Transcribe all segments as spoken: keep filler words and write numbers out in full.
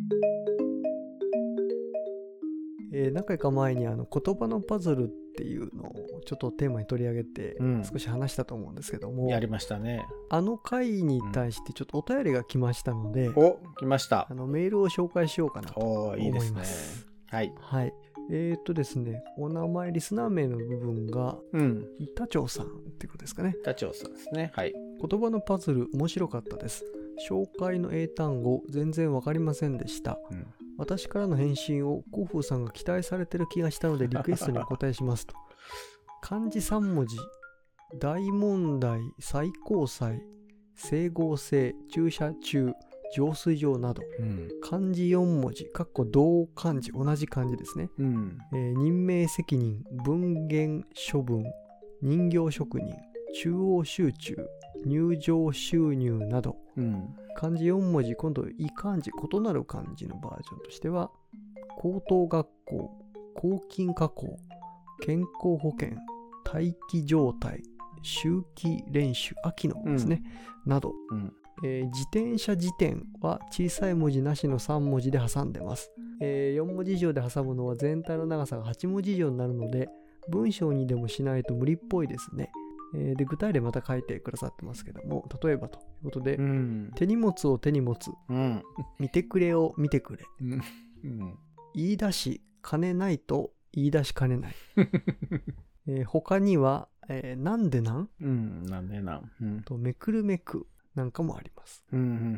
えー、何回か前にあの言葉のパズルっていうのをちょっとテーマに取り上げて少し話したと思うんですけども、 うん、やりましたね。 あの回に対してちょっとお便りが来ましたので、 うん、お来ました。 あのメールを紹介しようかなと思います。 おいいですね。はい、 はい、えー、っとですねお名前リスナー名の部分が、うん、板長さんっていうことですかね。 板長さんですね。はい。 言葉のパズル面白かったです。紹介の英単語全然わかりませんでした、うん、私からの返信をコウフーさんが期待されてる気がしたのでリクエストにお答えしますと漢字さん文字、大問題、最高裁、整合性、駐車中、浄水場など、うん、漢字よん文字、かっこ同漢字、同じ漢字ですね、うんえー、任命責任、文言処分、人形職人、中央集中、入場収入など、うん、漢字よん文字、今度異漢字、異なる漢字のバージョンとしては高等学校、抗菌加工、健康保険、待機状態、秋季練習、秋のですね、うん、など、うんえー、自転車辞典は小さい文字なしのさん文字で挟んでます、えー、よん文字以上で挟むのは全体の長さがはち文字以上になるので文章にでもしないと無理っぽいですね。えー、で具体例また書いてくださってますけども、例えばということで、うん、手荷物を手に持つ、うん、見てくれを見てくれ、うんうん、言い出し金ないと言い出し金ない、えー、他には、えー、なんでなん、 うん、なんでなん、うん、 とめくるめくなんかもあります、うんうんうんうん、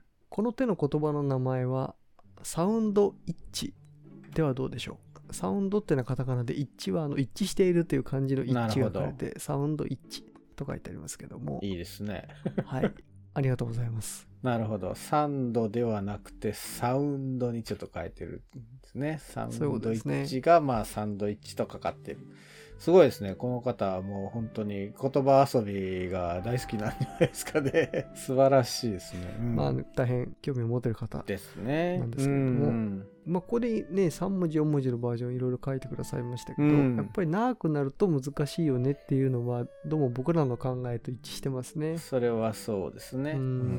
この手の言葉の名前はサウンド一致ではどうでしょう。サウンドってのはカタカナで一致はあの一致しているという漢字の一致が書かれてサウンド一致と書いてありますけども、 いいですねはいありがとうございます。 なるほど、サンドではなくてサウンドにちょっと書いてるんですね。サウンド一致がまあサンドイッチとかかってる。すごいですね。この方はもう本当に言葉遊びが大好きなんじゃないですかね。素晴らしいですね。 うん、まあ大変興味を持ってる方ですね。 なんですけれども、うん、まあここでねさん文字よん文字のバージョンいろいろ書いてくださいましたけど、うん、やっぱり長くなると難しいよねっていうのはどうも僕らの考えと一致してますね。 それはそうですね。うん、 うん、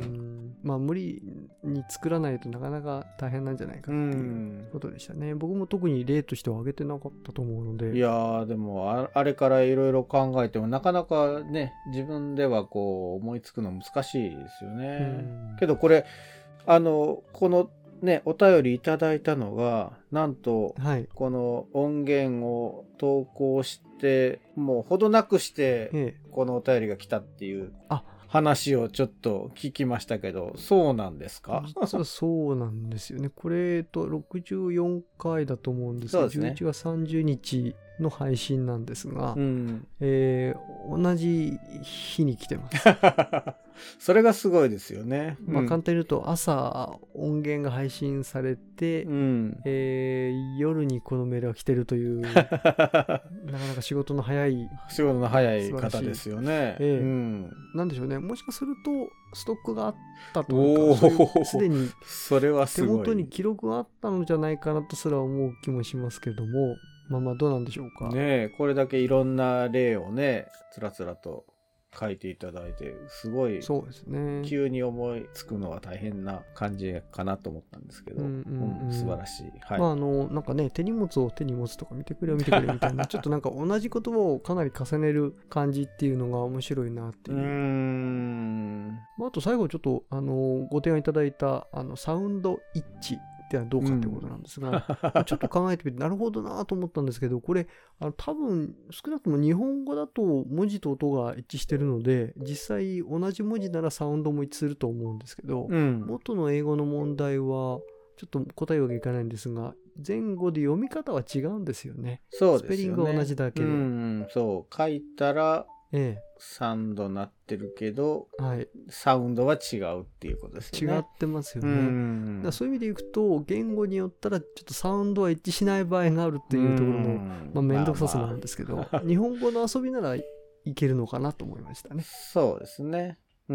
まあ無理に作らないとなかなか大変なんじゃないかっていうことでしたね。うん、僕も特に例としては挙げてなかったと思うので。 いやーでもあ、あれからいろいろ考えてもなかなかね自分ではこう思いつくの難しいですよね。うん、けどこれあのこのねお便りいただいたのがなんと、はい、この音源を投稿してもうほどなくしてこのお便りが来たっていう話をちょっと聞きましたけど、そうなんですか？ 実はそうなんですよね。これとろくじゅうよんかいだと思うんですけど、ね、じゅういちがつさんじゅうにちの配信なんですが、うんえー、同じ日に来てます。 それがすごいですよね。 まあ、簡単に言うと朝音源が配信されて、うんえー、夜にこのメールが来てるというなかなか仕事の早い仕事の早い方ですよね。 えーうん、なんでしょうね。もしかするとストックがあったというか、すでに手元に記録があったのじゃないかなとすら思う気もしますけども、まあまあどうなんでしょうか。 ねえ、これだけいろんな例をねつらつらと書いていただいて、すごいそうですね、 急に思いつくのは大変な感じかなと思ったんですけど、うんうんうん、素晴らしい、 はい、まああのなんかね手荷物を手に持つとか見てくれよ見てくれよみたいなちょっとなんか同じ言葉をかなり重ねる感じっていうのが面白いなっていう。うーん、まあ、あと最後ちょっとあのご提案いただいたあのサウンド一致ではどうかということなんですが、うん、ちょっと考えてみてなるほどなと思ったんですけど、これあの多分少なくとも日本語だと文字と音が一致してるので実際同じ文字ならサウンドも一致すると思うんですけど、うん、元の英語の問題はちょっと答えるわけいかないんですが前後で読み方は違うんですよね。 そうですよね、 スペリングは同じだけで、うん、 そう書いたらええ、サウンドなってるけど、はい、サウンドは違うっていうことですよね。 違ってますよね。うんだからそういう意味でいくと言語によったらちょっとサウンドは一致しない場合があるっていうところのまあ面倒くささなんですけど、まあまあ、日本語の遊びならいけるのかなと思いましたね。 そうですね。うん、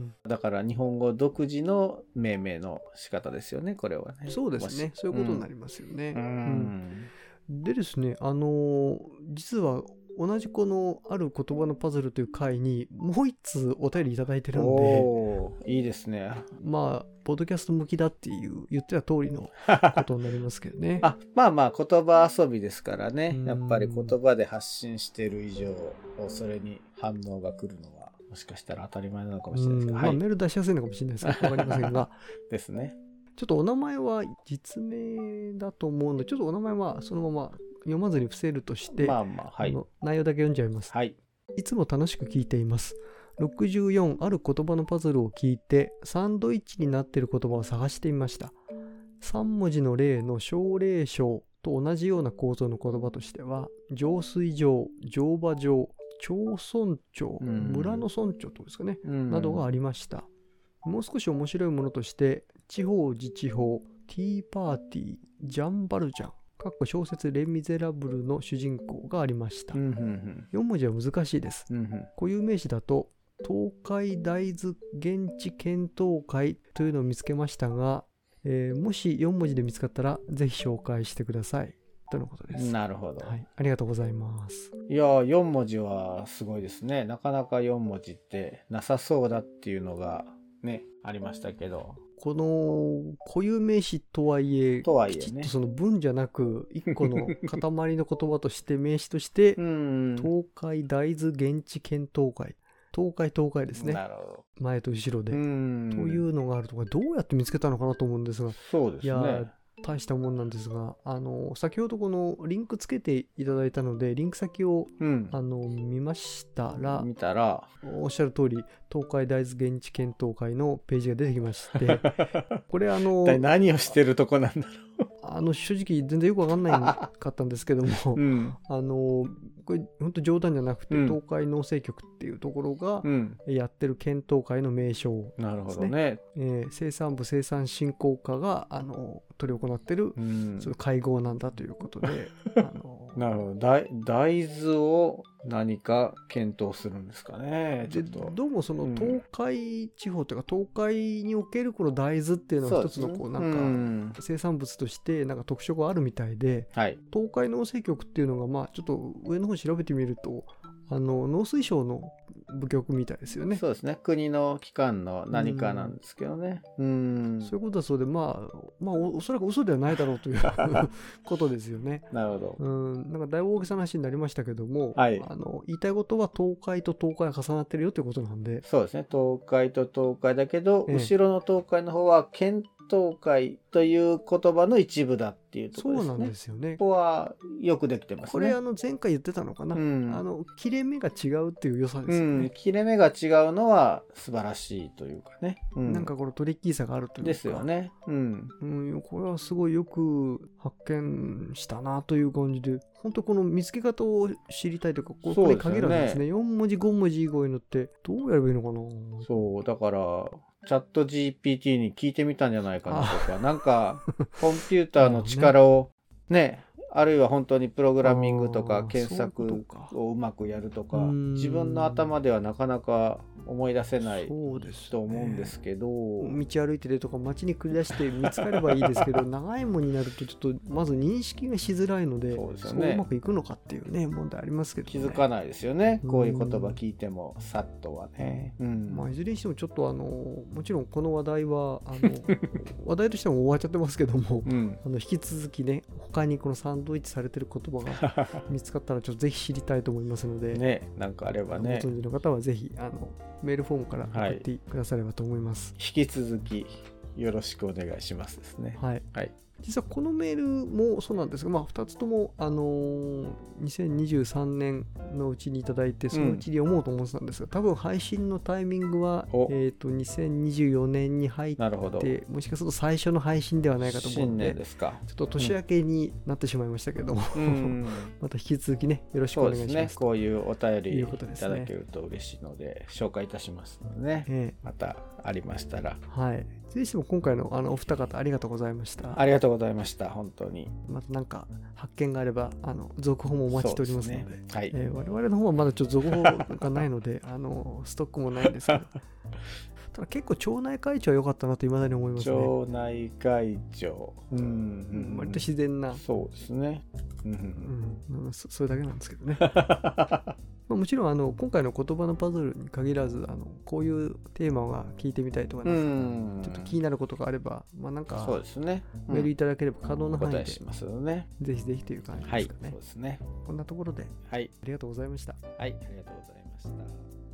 だから日本語独自の命名の仕方ですよね、これはね。 そうですね、そういうことになりますよね。うんうん、でですね、あのー、実は同じこのある言葉のパズルという回にもう一通お便りいただいてるんで、 おー、いいですね。 まあポッドキャスト向きだっていう言ってた通りのことになりますけどね。 あ、まあまあ言葉遊びですからね。やっぱり言葉で発信してる以上、それに反応が来るのはもしかしたら当たり前なのかもしれないですけど、はい、 まあ、メール出しやすいのかもしれないですけど、わかりませんが。 ですね。 ちょっとお名前は実名だと思うので、ちょっとお名前はそのまま読まずに伏せるとして、 まあまあ、はい、 あの内容だけ読んじゃいます。 はい。 いつも楽しく聞いています。ろくじゅうよんある言葉のパズルを聞いて、サンドイッチになっている言葉を探してみました。さん文字の例の奨励賞と同じような構造の言葉としては、浄水場、乗馬場、町村長、村の村長とですかね、うん、などがありました。もう少し面白いものとして、地方自治法、ティーパーティー、ジャンバルジャン、かっこ小説レ・ミゼラブルの主人公がありました。うんうんうん、よん文字は難しいです。うんうん、固有名詞だと、東海大豆現地検討会というのを見つけましたが、えー、もしよん文字で見つかったら、ぜひ紹介してください。とのことです。 なるほど、 はい。ありがとうございます。 いや、よん文字はすごいですね。なかなかよん文字ってなさそうだっていうのがね、ありましたけど。 この固有名詞とはいえ、 とはいえね、 きちっとその文じゃなく、一個の塊の言葉として名詞として、東海大豆現地検討会。東海東海ですね。 なるほど。 前と後ろで。というのがあるとか、どうやって見つけたのかなと思うんですが。 そうですね。いや大したもんなんですが、あの先ほどこのリンクつけていただいたので、リンク先を、うん、あの見ましたら、 見たらおっしゃる通り、東海大豆現地検討会のページが出てきまして、これあの一体何をしてるとこなんだろう。 あの正直全然よくわかんないかったんですけども、うん、あのこれ本当冗談じゃなくて、うん、東海農政局っていうところがやってる検討会の名称ですね。 なるほどね。 えー、生産部生産振興課があの取り行ってる、うん、その会合なんだということで、あのなるほど。大、大豆を何か検討するんですかね。 でどうもその東海地方というか、東海におけるこの大豆っていうのは一つのこうなんか生産物としてなんか特色があるみたいで、はい、東海農政局っていうのがまあちょっと上の方調べてみると、あの農水省の部局みたいですよね。 そうですね。国の機関の何かなんですけどね。 うん。そういうことだそうで、まあ、まあお、おそらく嘘ではないだろうということですよね。 なるほど。 うん。なんかだいぶ大げさな話になりましたけども、はい、あの言いたいことは東海と東海が重なってるよということなんで。 そうですね。東海と東海だけど、ええ、後ろの東海の方は検討会という言葉の一部だっていうところですね。 そうなんですよね。 ここはよくできてますね。 これあの前回言ってたのかな、うん、あの切れ目が違うっていう良さですよね、うん、 切れ目が違うのは素晴らしいというかね、 うん、なんかこのトリッキーさがあるというかですよね、うんうん、これはすごいよく発見したなという感じで、本当この見つけ方を知りたいというか、これに限らずですね、よん文字ご文字以外のってどうやればいいのかな。 そうだからチャット ジーピーティー に聞いてみたんじゃないかなとか、なんかコンピューターの力をね、あるいは本当にプログラミングとか検索をうまくやるとか、自分の頭ではなかなか思い出せないと思うんですけど、 道歩いててとか街に繰り出して見つかればいいですけど、長いものになるとちょっとまず認識がしづらいので、そうですよね、そううまくいくのかっていうね問題ありますけどね。 気づかないですよね、こういう言葉聞いてもさっとはね、 うんまあ、いずれにしてもちょっとあのもちろんこの話題はあの話題としても終わっちゃってますけども、うん、あの引き続きね、他にこのサンドイッチされてる言葉が見つかったらちょっとぜひ知りたいと思いますのでね、なんかあればね、 ご存知の方はぜひあのメールフォームから送ってくださればと思います、 はい、引き続きよろしくお願いしますですね。 はい、はい、実はこのメールもそうなんですが、まあ、ふたつとも、あのー、にせんにじゅうさんねんのうちにいただいて、そのうちに読もうと思ってたんですが、うん、多分配信のタイミングは、えー、とにせんにじゅうよねんに入って、もしかすると最初の配信ではないかと思うので、 ですか、 ちょっと年明けになってしまいましたけども、うん、また引き続きね、よろしくお願いします。そうですね、 こういうお便りいただけると嬉しいので、紹介いたしますのでね、えー、またありましたら。 はい。ぜひとも今回のあのお二方ありがとうございました。 ありがとうとうございました。本当に。 またなんか発見があれば、あの続報もお待ちしておりますので、 そうですね、はい、 えー、我々の方はまだちょっと続報がないので、あのストックもないんですけど、ただ結構町内会長は良かったなと未だに思いますね。 町内会長、うん、うん、 割と自然な。 そうですね。うん、 うん、そ, それだけなんですけどね。まあ、もちろんあの今回の言葉のパズルに限らず、あのこういうテーマが聞いてみたいとか、ね、うんちょっと気になることがあれば、まあ、なんかそうですね、 うん、メールいただければ可能な範囲で、 お答えしますよね。 ぜひぜひという感じですかね。 はい、そうですね。 こんなところで、 はい、 ありがとうございました。 はい、ありがとうございました。